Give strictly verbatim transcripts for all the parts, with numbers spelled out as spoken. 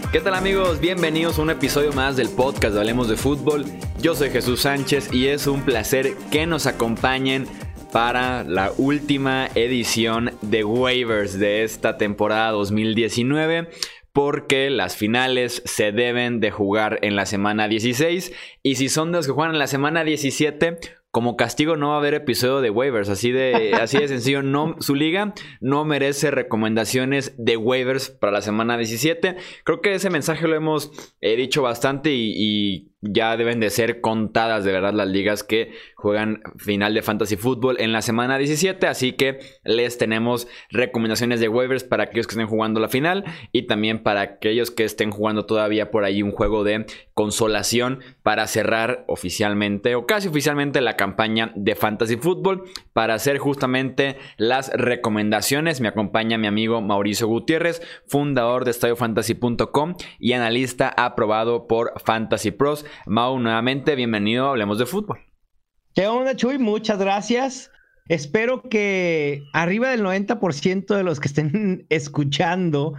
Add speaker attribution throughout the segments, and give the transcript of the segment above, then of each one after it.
Speaker 1: ¿Qué tal, amigos? Bienvenidos a un episodio más del podcast de Hablemos de Fútbol. Yo soy Jesús Sánchez y es un placer que nos acompañen para la última edición de waivers de esta temporada dos mil diecinueve, porque las finales se deben de jugar en la semana dieciséis y si son de los que juegan en la semana diecisiete, como castigo no va a haber episodio de waivers, así de, así de sencillo. No, su liga no merece recomendaciones de waivers para la semana diecisiete. Creo que ese mensaje lo hemos eh, dicho bastante y, y ya deben de ser contadas de verdad las ligas que juegan final de Fantasy Football en la semana diecisiete. Así que les tenemos recomendaciones de waivers para aquellos que estén jugando la final y también para aquellos que estén jugando todavía por ahí un juego de consolación para cerrar oficialmente o casi oficialmente la campaña de Fantasy Football. Para hacer justamente las recomendaciones me acompaña mi amigo Mauricio Gutiérrez, fundador de estadio fantasy punto com y analista aprobado por Fantasy Pros. Mau, nuevamente bienvenido a Hablemos de Fútbol.
Speaker 2: ¿Qué onda, Chuy? Muchas gracias. Espero que arriba del noventa por ciento de los que estén escuchando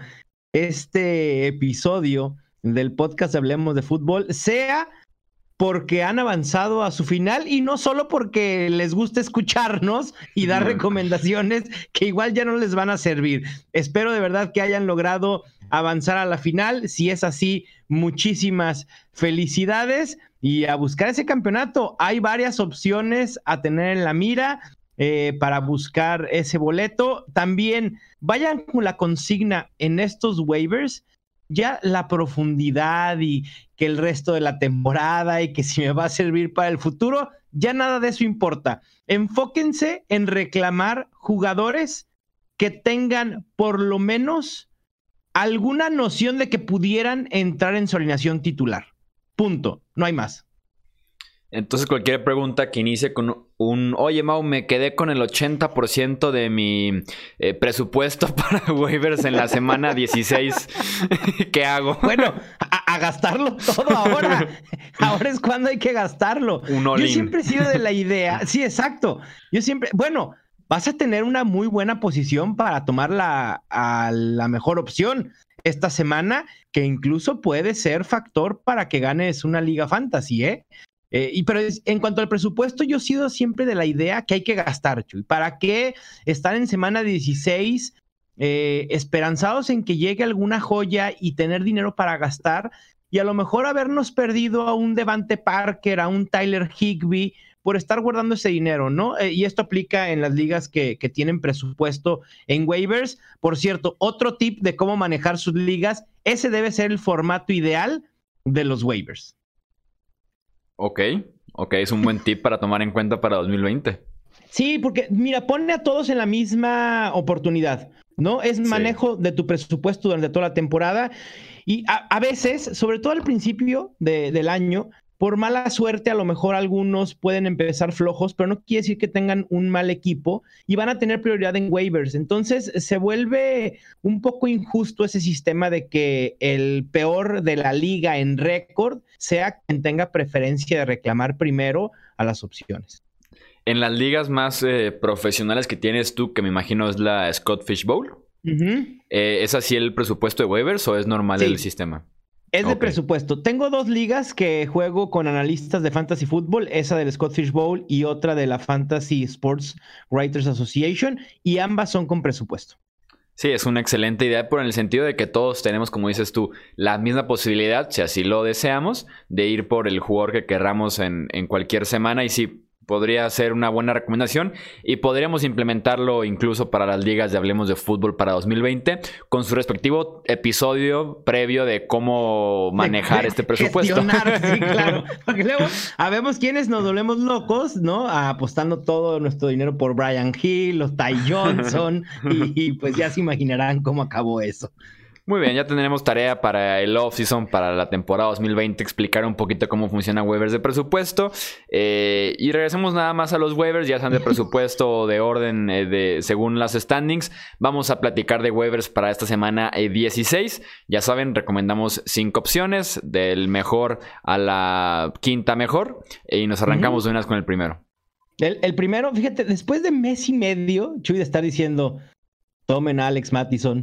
Speaker 2: este episodio del podcast Hablemos de Fútbol sea porque han avanzado a su final y no solo porque les gusta escucharnos y dar no. recomendaciones que igual ya no les van a servir. Espero de verdad que hayan logrado avanzar a la final. Si es así, muchísimas felicidades y a buscar ese campeonato. Hay varias opciones a tener en la mira eh, para buscar ese boleto. También vayan con la consigna en estos waivers. Ya la profundidad y que el resto de la temporada y que si me va a servir para el futuro, ya nada de eso importa. Enfóquense en reclamar jugadores que tengan por lo menos alguna noción de que pudieran entrar en su alineación titular. Punto. No hay más.
Speaker 1: Entonces cualquier pregunta que inicie con un oye Mau, me quedé con el ochenta por ciento de mi eh, presupuesto para waivers en la semana dieciséis, ¿qué hago?
Speaker 2: Bueno, a, a gastarlo todo ahora. Ahora es cuando hay que gastarlo.
Speaker 1: Un all-in.
Speaker 2: Yo siempre he sido de la idea, sí, exacto. Yo siempre, bueno, vas a tener una muy buena posición para tomar la, a la mejor opción esta semana, que incluso puede ser factor para que ganes una liga fantasy, ¿eh? Eh, y pero es, en cuanto al presupuesto, yo he sido siempre de la idea que hay que gastar, Chuy. ¿Para qué estar en semana dieciséis eh, esperanzados en que llegue alguna joya y tener dinero para gastar? Y a lo mejor habernos perdido a un Devante Parker, a un Tyler Higbee, por estar guardando ese dinero, ¿no? Eh, y esto aplica en las ligas que, que tienen presupuesto en waivers. Por cierto, otro tip de cómo manejar sus ligas, ese debe ser el formato ideal de los waivers.
Speaker 1: Ok, ok, es un buen tip para tomar en cuenta para dos mil veinte.
Speaker 2: Sí, porque mira, pone a todos en la misma oportunidad, ¿no? Es manejo sí. de tu presupuesto durante toda la temporada y a, a veces, sobre todo al principio de, del año, por mala suerte a lo mejor algunos pueden empezar flojos, pero no quiere decir que tengan un mal equipo y van a tener prioridad en waivers. Entonces se vuelve un poco injusto ese sistema de que el peor de la liga en récord sea quien tenga preferencia de reclamar primero a las opciones.
Speaker 1: En las ligas más eh, profesionales que tienes tú, que me imagino es la Scott Fish Bowl, uh-huh. eh, ¿es así el presupuesto de waivers o es normal sí. el sistema?
Speaker 2: Es de
Speaker 1: okay.
Speaker 2: presupuesto. Tengo dos ligas que juego con analistas de Fantasy Football, esa del Scott Fish Bowl y otra de la Fantasy Sports Writers Association, y ambas son con presupuesto.
Speaker 1: Sí, es una excelente idea por el sentido de que todos tenemos, como dices tú, la misma posibilidad, si así lo deseamos, de ir por el jugador que querramos en, en cualquier semana y sí, podría ser una buena recomendación y podríamos implementarlo incluso para las ligas de Hablemos de Fútbol para dos mil veinte con su respectivo episodio previo de cómo manejar de, este presupuesto.
Speaker 2: Sí, claro. Porque luego habemos quienes nos volvemos locos, ¿no? Apostando todo nuestro dinero por Brian Hill, los Ty Johnson y, y pues ya se imaginarán cómo acabó eso.
Speaker 1: Muy bien, ya tendremos tarea para el off-season, para la temporada dos mil veinte, explicar un poquito cómo funciona waivers de presupuesto. Eh, y regresemos nada más a los waivers, ya sean de presupuesto o de orden eh, de, según las standings. Vamos a platicar de waivers para esta semana eh, dieciséis. Ya saben, recomendamos cinco opciones, del mejor a la quinta mejor. Y nos arrancamos uh-huh. de unas con el primero.
Speaker 2: El, el primero, fíjate, después de mes y medio, Chuy, de estar diciendo, tomen a Alex Mattison,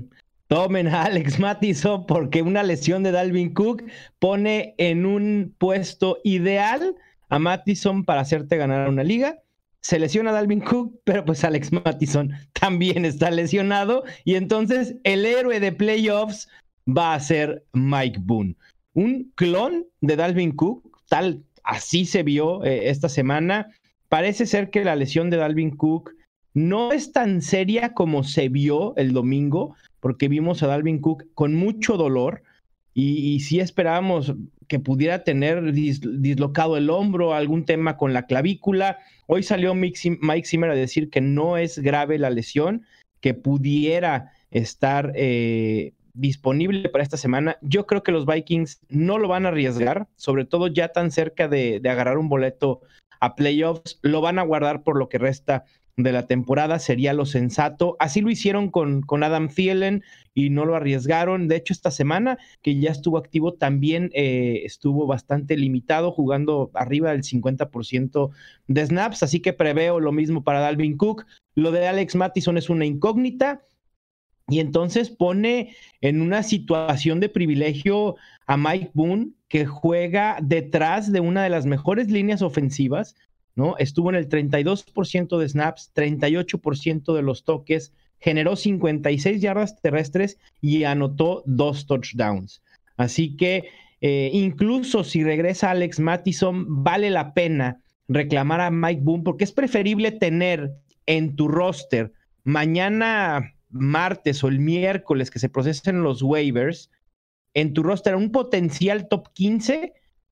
Speaker 2: Tomen a Alex Mattison porque una lesión de Dalvin Cook pone en un puesto ideal a Mattison para hacerte ganar una liga. Se lesiona Dalvin Cook, pero pues Alex Mattison también está lesionado y entonces el héroe de playoffs va a ser Mike Boone. Un clon de Dalvin Cook, tal así se vio eh, esta semana. Parece ser que la lesión de Dalvin Cook no es tan seria como se vio el domingo, porque vimos a Dalvin Cook con mucho dolor y, y sí esperábamos que pudiera tener dis, dislocado el hombro, algún tema con la clavícula. Hoy salió Mike Zimmer a decir que no es grave la lesión, que pudiera estar eh, disponible para esta semana. Yo creo que los Vikings no lo van a arriesgar, sobre todo ya tan cerca de, de agarrar un boleto a playoffs, lo van a guardar por lo que resta de la temporada, sería lo sensato. Así lo hicieron con, con Adam Thielen y no lo arriesgaron. De hecho, esta semana que ya estuvo activo, también eh, estuvo bastante limitado, jugando arriba del cincuenta por ciento de snaps, así que preveo lo mismo para Dalvin Cook. Lo de Alex Mattison es una incógnita y entonces pone en una situación de privilegio a Mike Boone, que juega detrás de una de las mejores líneas ofensivas, ¿no? Estuvo en el treinta y dos por ciento de snaps, treinta y ocho por ciento de los toques, generó cincuenta y seis yardas terrestres y anotó dos touchdowns. Así que eh, incluso si regresa Alex Mattison, vale la pena reclamar a Mike Boone, porque es preferible tener en tu roster mañana martes o el miércoles que se procesen los waivers, en tu roster un potencial top quince,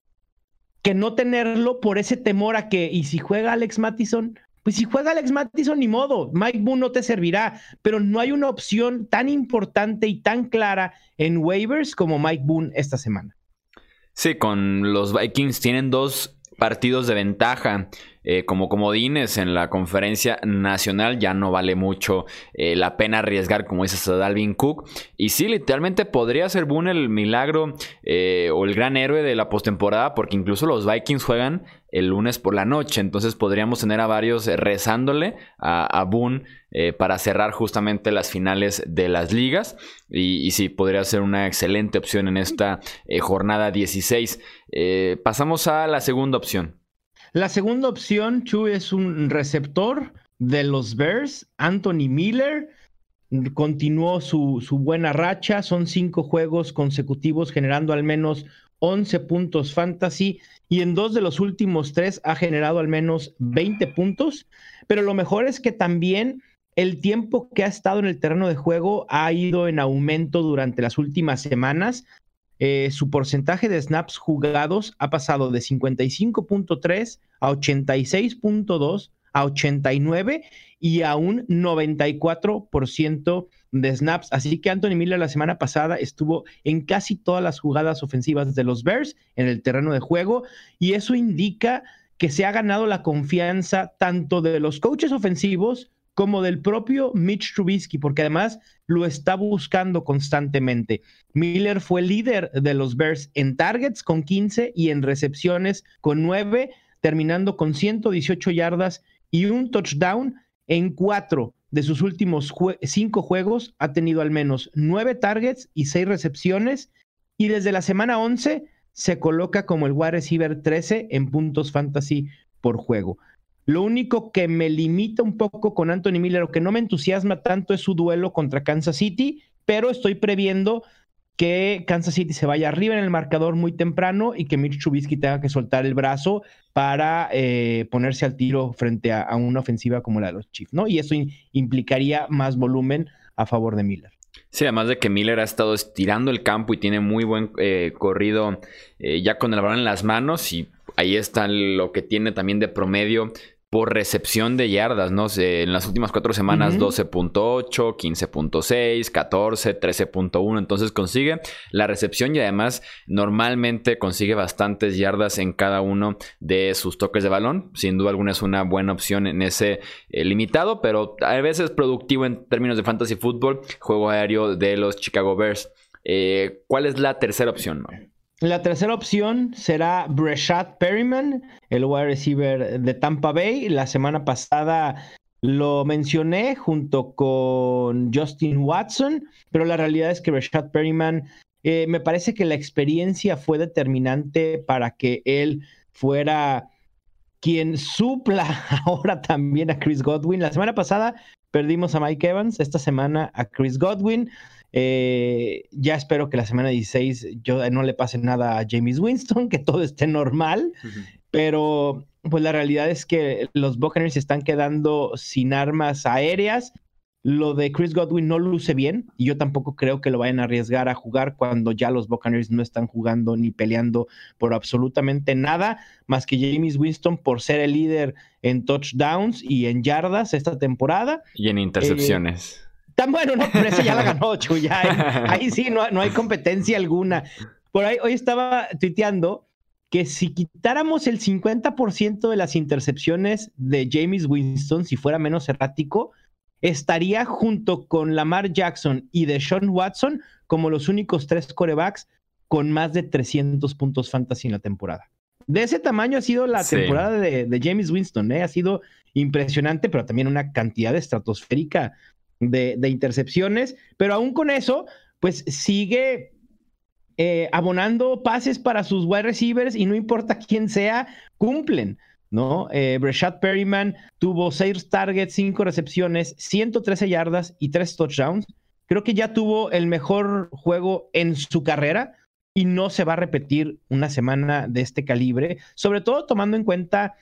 Speaker 2: que no tenerlo por ese temor a que, y si juega Alex Mattison, pues si juega Alex Mattison, ni modo, Mike Boone no te servirá, pero no hay una opción tan importante y tan clara en waivers como Mike Boone esta semana.
Speaker 1: Sí, con los Vikings tienen dos partidos de ventaja eh, como comodines en la conferencia nacional. Ya no vale mucho eh, la pena arriesgar, como dices, a Dalvin Cook. Y sí, literalmente podría ser Boone el milagro eh, o el gran héroe de la postemporada, porque incluso los Vikings juegan el lunes por la noche. Entonces podríamos tener a varios eh, rezándole a, a Boone eh, para cerrar justamente las finales de las ligas. Y, y sí, podría ser una excelente opción en esta eh, jornada dieciséis. Eh, pasamos a la segunda opción.
Speaker 2: La segunda opción, Chu, es un receptor de los Bears, Anthony Miller. Continuó su, su buena racha, son cinco juegos consecutivos generando al menos once puntos fantasy y en dos de los últimos tres ha generado al menos veinte puntos, pero lo mejor es que también el tiempo que ha estado en el terreno de juego ha ido en aumento durante las últimas semanas. Eh, su porcentaje de snaps jugados ha pasado de cincuenta y cinco punto tres a ochenta y seis punto dos a ochenta y nueve y a un noventa y cuatro por ciento de snaps. Así que Anthony Miller la semana pasada estuvo en casi todas las jugadas ofensivas de los Bears en el terreno de juego y eso indica que se ha ganado la confianza tanto de los coaches ofensivos como del propio Mitch Trubisky, porque además lo está buscando constantemente. Miller fue líder de los Bears en targets con quince y en recepciones con nueve, terminando con ciento dieciocho yardas y un touchdown. En cuatro de sus últimos jue- cinco juegos ha tenido al menos nueve targets y seis recepciones, y desde la semana once se coloca como el wide receiver trece en puntos fantasy por juego. Lo único que me limita un poco con Anthony Miller o que no me entusiasma tanto es su duelo contra Kansas City, pero estoy previendo que Kansas City se vaya arriba en el marcador muy temprano y que Mitch Trubisky tenga que soltar el brazo para eh, ponerse al tiro frente a, a una ofensiva como la de los Chiefs, ¿no? Y eso in- implicaría más volumen a favor de Miller.
Speaker 1: Sí, además de que Miller ha estado estirando el campo y tiene muy buen eh, corrido eh, ya con el balón en las manos, y ahí está lo que tiene también de promedio por recepción de yardas, ¿no? En las últimas cuatro semanas, uh-huh. doce punto ocho, quince punto seis, catorce, trece punto uno. Entonces consigue la recepción y además normalmente consigue bastantes yardas en cada uno de sus toques de balón. Sin duda alguna es una buena opción en ese eh, limitado, pero a veces productivo en términos de fantasy fútbol, juego aéreo de los Chicago Bears. Eh, ¿Cuál es la tercera opción, no?
Speaker 2: La tercera opción será Breshad Perriman, el wide receiver de Tampa Bay. La semana pasada Lo mencioné junto con Justin Watson, pero la realidad es que Rashad Perryman, eh, me parece que la experiencia fue determinante para que él fuera quien supla ahora también a Chris Godwin. La semana pasada perdimos a Mike Evans, esta semana a Chris Godwin. Eh, ya espero que la semana dieciséis yo, no le pase nada a Jameis Winston, que todo esté normal, uh-huh. Pero pues la realidad es que los Buccaneers se están quedando sin armas aéreas. Lo de Chris Godwin no luce bien y yo tampoco creo que lo vayan a arriesgar a jugar cuando ya los Buccaneers no están jugando ni peleando por absolutamente nada más que Jameis Winston por ser el líder en touchdowns y en yardas esta temporada.
Speaker 1: Y en intercepciones.
Speaker 2: Eh, tan bueno, no, pero ese ya la ganó, Chu, ya ahí, ahí sí no, no hay competencia alguna. Por ahí hoy estaba tuiteando que si quitáramos el cincuenta por ciento de las intercepciones de Jameis Winston, si fuera menos errático, estaría junto con Lamar Jackson y Deshaun Watson como los únicos tres quarterbacks con más de trescientos puntos fantasy en la temporada. De ese tamaño ha sido la sí. temporada de, de Jameis Winston, ¿eh? Ha sido impresionante, pero también una cantidad estratosférica de, de intercepciones. Pero aún con eso, pues sigue eh, abonando pases para sus wide receivers y no importa quién sea, cumplen, ¿no? Eh, Rashad Perryman tuvo seis targets, cinco recepciones, ciento trece yardas y tres touchdowns. Creo que ya tuvo el mejor juego en su carrera y no se va a repetir una semana de este calibre, sobre todo tomando en cuenta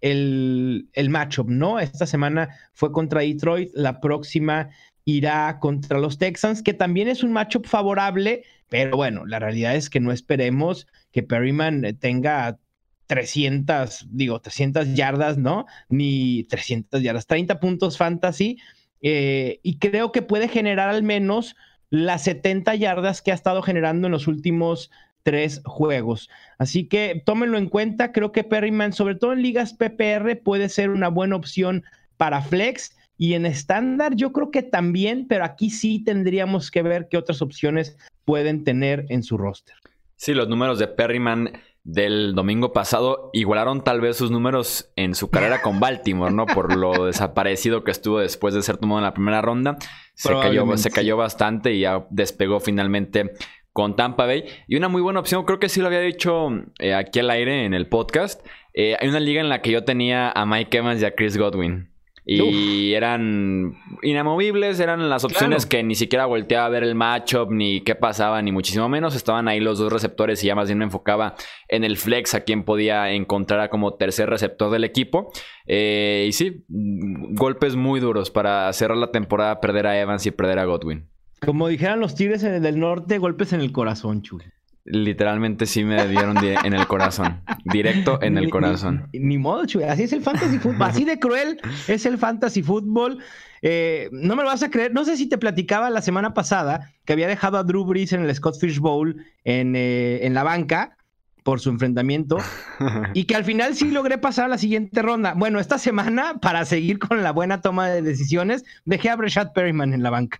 Speaker 2: el, el matchup, ¿no? Esta semana fue contra Detroit, la próxima irá contra los Texans, que también es un matchup favorable, pero bueno, la realidad es que no esperemos que Perryman tenga trescientas, digo, trescientas yardas, ¿no? Ni trescientas yardas, treinta puntos fantasy, eh, y creo que puede generar al menos las setenta yardas que ha estado generando en los últimos tres juegos. Así que tómenlo en cuenta, creo que Perryman, sobre todo en ligas P P R, puede ser una buena opción para flex, y en estándar yo creo que también, pero aquí sí tendríamos que ver qué otras opciones pueden tener en su roster.
Speaker 1: Sí, los números de Perryman del domingo pasado igualaron tal vez sus números en su carrera con Baltimore, ¿no? Por lo desaparecido que estuvo después de ser tomado en la primera ronda. Se cayó, se cayó bastante y ya despegó finalmente con Tampa Bay. Y una muy buena opción, creo que sí lo había dicho eh, aquí al aire en el podcast. Eh, hay una liga en la que yo tenía a Mike Evans y a Chris Godwin. Y Uf. eran inamovibles, eran las opciones claro. que ni siquiera volteaba a ver el matchup, ni qué pasaba, ni muchísimo menos. Estaban ahí los dos receptores y ya más bien me enfocaba en el flex, a quien podía encontrar como tercer receptor del equipo. Eh, y sí, golpes muy duros para cerrar la temporada, perder a Evans y perder a Godwin.
Speaker 2: Como dijeran los Tigres del Norte, golpes en el corazón, Chuy.
Speaker 1: Literalmente sí me dieron di- en el corazón. Directo en el corazón.
Speaker 2: Ni, ni, ni modo, Chuy. Así es el fantasy fútbol. Así de cruel es el fantasy fútbol. Eh, no me lo vas a creer. No sé si te platicaba la semana pasada que había dejado a Drew Brees en el Scott Fish Bowl en, eh, en la banca por su enfrentamiento y que al final sí logré pasar a la siguiente ronda. Bueno, esta semana, para seguir con la buena toma de decisiones, dejé a Rashad Perryman en la banca.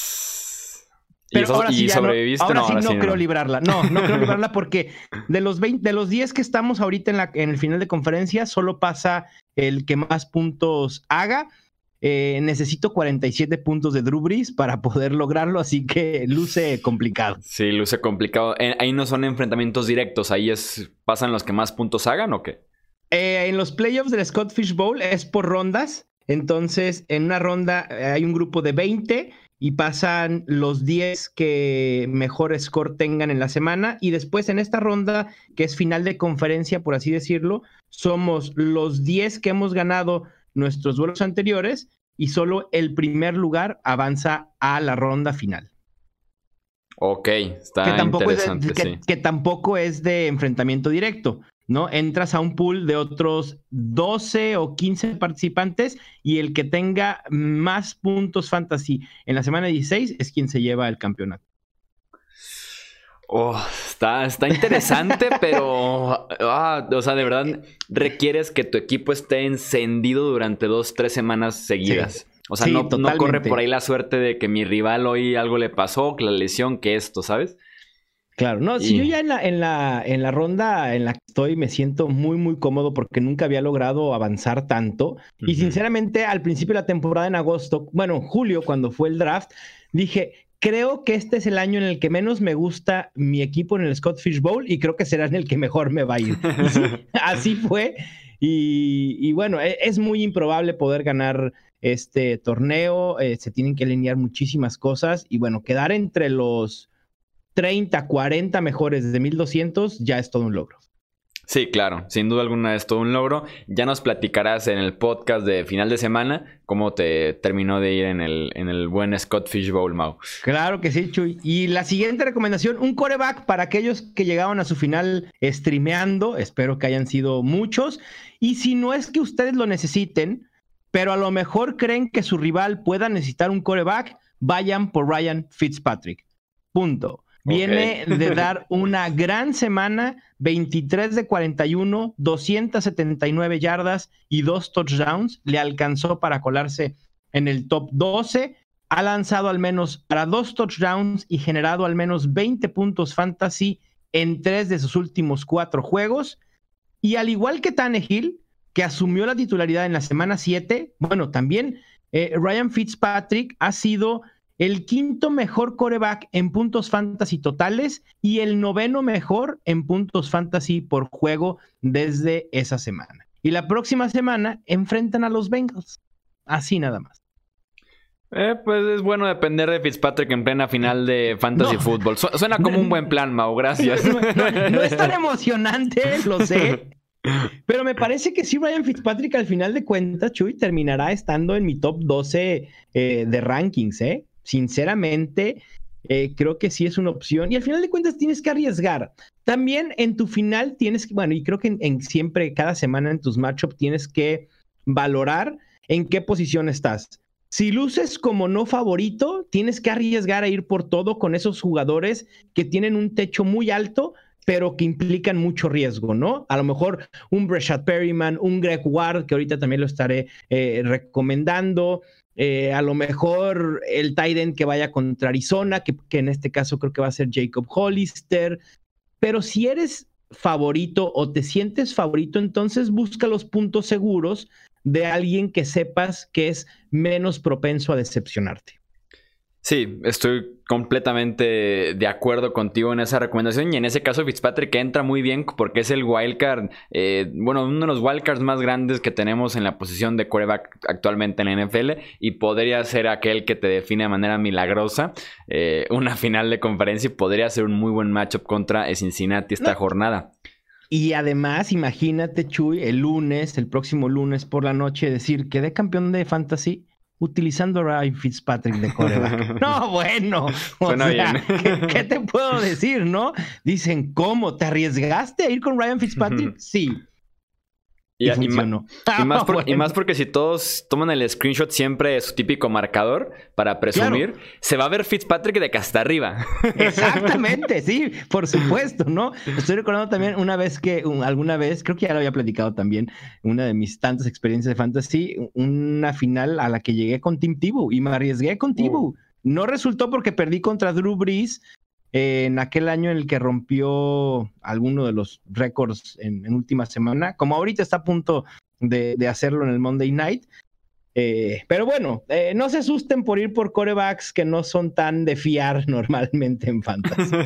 Speaker 2: Pero
Speaker 1: ¿Y,
Speaker 2: ahora sí,
Speaker 1: y
Speaker 2: ya
Speaker 1: sobreviviste?
Speaker 2: No, ahora
Speaker 1: no,
Speaker 2: sí
Speaker 1: ahora
Speaker 2: no
Speaker 1: sí
Speaker 2: creo
Speaker 1: no.
Speaker 2: librarla. No, no creo librarla porque de los veinte, de los diez que estamos ahorita en, la, en el final de conferencia, solo pasa el que más puntos haga. Eh, necesito cuarenta y siete puntos de Drew Brees para poder lograrlo, así que luce complicado.
Speaker 1: Sí, luce complicado. Eh, ahí no son enfrentamientos directos, ahí es pasan los que más puntos hagan, ¿o qué?
Speaker 2: Eh, en los playoffs del Scott Fish Bowl es por rondas. Entonces, en una ronda eh, hay un grupo de veinte y pasan los diez que mejor score tengan en la semana. Y después en esta ronda, que es final de conferencia, por así decirlo, somos los diez que hemos ganado nuestros duelos anteriores y solo el primer lugar avanza a la ronda final.
Speaker 1: Ok, está
Speaker 2: que tampoco
Speaker 1: interesante,
Speaker 2: es de, que,
Speaker 1: sí.
Speaker 2: que tampoco es de enfrentamiento directo, ¿no? Entras a un pool de otros doce o quince participantes y el que tenga más puntos fantasy en la semana dieciséis es quien se lleva el campeonato.
Speaker 1: Oh, está, está interesante, pero ah, o sea, de verdad requieres que tu equipo esté encendido durante dos, tres semanas seguidas. Sí. O sea, sí, no, no corre por ahí la suerte de que mi rival hoy algo le pasó, que la lesión, que esto, ¿sabes?
Speaker 2: Claro, no, si
Speaker 1: y...
Speaker 2: yo ya en la, en la, en la ronda en la que estoy me siento muy, muy cómodo porque nunca había logrado avanzar tanto. Uh-huh. Y sinceramente, al principio de la temporada en agosto, bueno, julio, cuando fue el draft, dije, creo que este es el año en el que menos me gusta mi equipo en el Scott Fish Bowl y creo que será en el que mejor me va a ir. Y sí, así fue. Y, y bueno, es, es muy improbable poder ganar este torneo. Eh, se tienen que alinear muchísimas cosas y bueno, quedar entre los treinta, cuarenta mejores de mil doscientos ya es todo un logro.
Speaker 1: Sí, claro, sin duda alguna es todo un logro. Ya nos platicarás en el podcast de final de semana cómo te terminó de ir en el, en el buen Scott Fish Bowl, Mau.
Speaker 2: Claro que sí, Chuy. Y la siguiente recomendación, un quarterback para aquellos que llegaron a su final streameando, espero que hayan sido muchos. Y si no es que ustedes lo necesiten, pero a lo mejor creen que su rival pueda necesitar un quarterback, vayan por Ryan Fitzpatrick. Punto. Viene okay. de dar una gran semana, veintitrés de cuarenta y uno, doscientas setenta y nueve yardas y dos touchdowns. Le alcanzó para colarse en el top doce. Ha lanzado al menos para dos touchdowns y generado al menos veinte puntos fantasy en tres de sus últimos cuatro juegos. Y al igual que Tannehill, que asumió la titularidad en la semana siete, bueno, también eh, Ryan Fitzpatrick ha sido el quinto mejor quarterback en puntos fantasy totales y el noveno mejor en puntos fantasy por juego desde esa semana. Y la próxima semana enfrentan a los Bengals. Así nada más.
Speaker 1: Eh, pues es bueno depender de Fitzpatrick en plena final de Fantasy no. Football. Su- suena como un buen plan, Mau. Gracias.
Speaker 2: No, no, no es tan emocionante, lo sé. Pero me parece que sí, Ryan Fitzpatrick al final de cuentas, Chuy, terminará estando en mi top doce eh, de rankings, ¿eh? Sinceramente, eh, creo que sí es una opción. Y al final de cuentas tienes que arriesgar. También en tu final tienes que, bueno, y creo que en, en siempre, cada semana en tus matchups tienes que valorar en qué posición estás. Si luces como no favorito, tienes que arriesgar a ir por todo con esos jugadores que tienen un techo muy alto, pero que implican mucho riesgo, ¿no? A lo mejor un Breshad Perryman, un Greg Ward, que ahorita también lo estaré eh, recomendando. Eh, a lo mejor el tight end que vaya contra Arizona, que, que en este caso creo que va a ser Jacob Hollister. Pero si eres favorito o te sientes favorito, entonces busca los puntos seguros de alguien que sepas que es menos propenso a decepcionarte.
Speaker 1: Sí, estoy completamente de acuerdo contigo en esa recomendación y en ese caso Fitzpatrick entra muy bien porque es el wildcard, eh, bueno, uno de los wildcards más grandes que tenemos en la posición de quarterback actualmente en la N F L y podría ser aquel que te define de manera milagrosa eh, una final de conferencia y podría ser un muy buen matchup contra Cincinnati esta no. jornada.
Speaker 2: Y además, imagínate, Chuy, el lunes, el próximo lunes por la noche, decir, quedé campeón de fantasy utilizando a Ryan Fitzpatrick de quarterback. No, bueno, o
Speaker 1: Suena
Speaker 2: sea,
Speaker 1: bien.
Speaker 2: ¿qué, ¿qué te puedo decir, no? Dicen, ¿cómo? ¿Te arriesgaste a ir con Ryan Fitzpatrick? Sí.
Speaker 1: Y,
Speaker 2: Y,
Speaker 1: y,
Speaker 2: funcionó.
Speaker 1: ma- y, más
Speaker 2: Ah,
Speaker 1: por-
Speaker 2: bueno.
Speaker 1: y más porque si todos toman el screenshot siempre de su típico marcador para presumir,
Speaker 2: Claro.
Speaker 1: se va a ver Fitzpatrick de que hasta arriba.
Speaker 2: Exactamente, sí, por supuesto, ¿no? Estoy recordando también una vez que, un- alguna vez, creo que ya lo había platicado también, una de mis tantas experiencias de fantasy, una final a la que llegué con Tim Tebow y me arriesgué con Tebow. No resultó porque perdí contra Drew Brees eh, en aquel año en el que rompió alguno de los récords en, en última semana, como ahorita está a punto de, de hacerlo en el Monday Night. Eh, pero bueno, eh, no se asusten por ir por quarterbacks que no son tan de fiar normalmente en fantasy.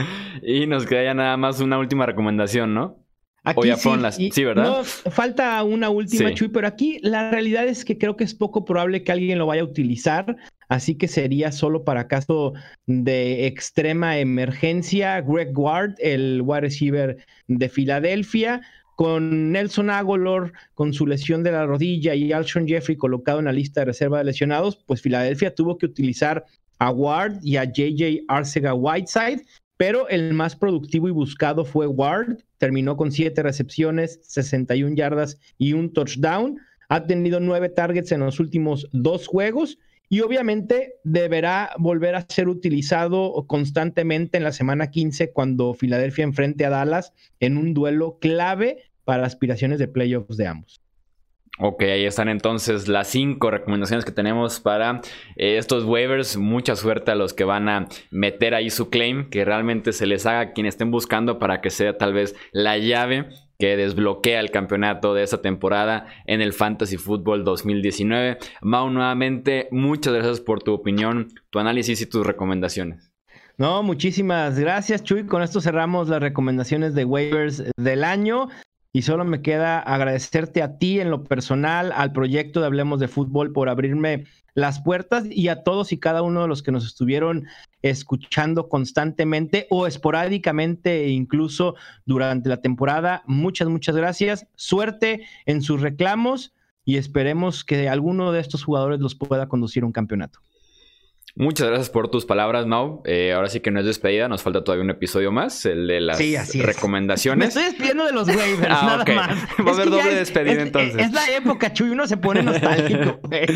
Speaker 1: Y nos queda ya nada más una última recomendación, ¿no?
Speaker 2: Aquí
Speaker 1: O ya
Speaker 2: sí,
Speaker 1: fueron las...
Speaker 2: y-
Speaker 1: Sí, ¿verdad?
Speaker 2: No, falta una última,
Speaker 1: Sí.
Speaker 2: Chuy, pero aquí la realidad es que creo que es poco probable que alguien lo vaya a utilizar, así que sería solo para caso de extrema emergencia. Greg Ward, el wide receiver de Filadelfia, con Nelson Agholor, con su lesión de la rodilla y Alshon Jeffrey colocado en la lista de reserva de lesionados, pues Filadelfia tuvo que utilizar a Ward y a J J Arcega-Whiteside, pero el más productivo y buscado fue Ward. Terminó con siete recepciones, sesenta y una yardas y un touchdown. Ha tenido nueve targets en los últimos dos juegos y obviamente deberá volver a ser utilizado constantemente en la semana quince cuando Filadelfia enfrente a Dallas en un duelo clave para aspiraciones de playoffs de ambos.
Speaker 1: Ok, ahí están entonces las cinco recomendaciones que tenemos para eh, estos waivers. Mucha suerte a los que van a meter ahí su claim, que realmente se les haga a quien estén buscando para que sea tal vez la llave que desbloquea el campeonato de esta temporada en el Fantasy Football dos mil diecinueve. Mau, nuevamente, muchas gracias por tu opinión, tu análisis y tus recomendaciones.
Speaker 2: No, muchísimas gracias, Chuy. Con esto cerramos las recomendaciones de waivers del año. Y solo me queda agradecerte a ti en lo personal, al proyecto de Hablemos de Fútbol por abrirme las puertas y a todos y cada uno de los que nos estuvieron escuchando constantemente o esporádicamente, incluso durante la temporada. Muchas, muchas gracias. Suerte en sus reclamos y esperemos que alguno de estos jugadores los pueda conducir a un campeonato.
Speaker 1: Muchas gracias por tus palabras, Mau. Eh, ahora sí que no es despedida, nos falta todavía un episodio más, el de las sí, recomendaciones.
Speaker 2: Me estoy despidiendo de los waivers, ah, nada okay. más.
Speaker 1: Va a haber doble despedida es, entonces.
Speaker 2: Es la época, Chuy, uno se pone nostálgico.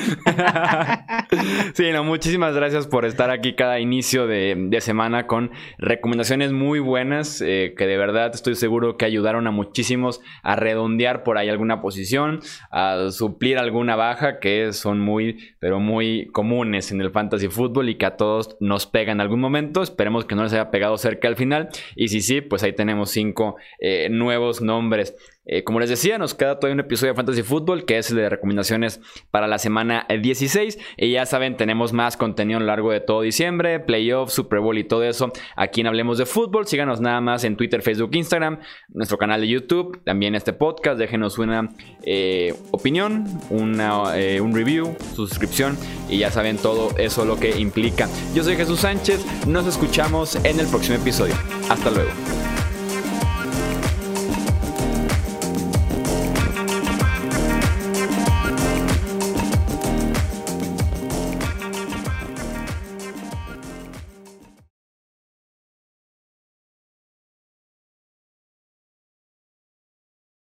Speaker 1: Sí, no, muchísimas gracias por estar aquí cada inicio de, de semana con recomendaciones muy buenas, eh, que de verdad estoy seguro que ayudaron a muchísimos a redondear por ahí alguna posición, a suplir alguna baja, que son muy, pero muy comunes en el Fantasy Football y que a todos nos pega en algún momento. Esperemos que no les haya pegado cerca al final, y si sí, pues ahí tenemos cinco eh, nuevos nombres. Eh, como les decía, nos queda todavía un episodio de Fantasy Football, que es el de recomendaciones para la semana dieciséis. Y ya saben, tenemos más contenido a lo largo de todo diciembre, playoffs, Super Bowl y todo eso aquí en Hablemos de Fútbol. Síganos nada más en Twitter, Facebook, Instagram, nuestro canal de YouTube, también este podcast. Déjenos una eh, opinión, una, eh, un review, suscripción, y ya saben todo eso lo que implica. Yo soy Jesús Sánchez, nos escuchamos en el próximo episodio. Hasta luego.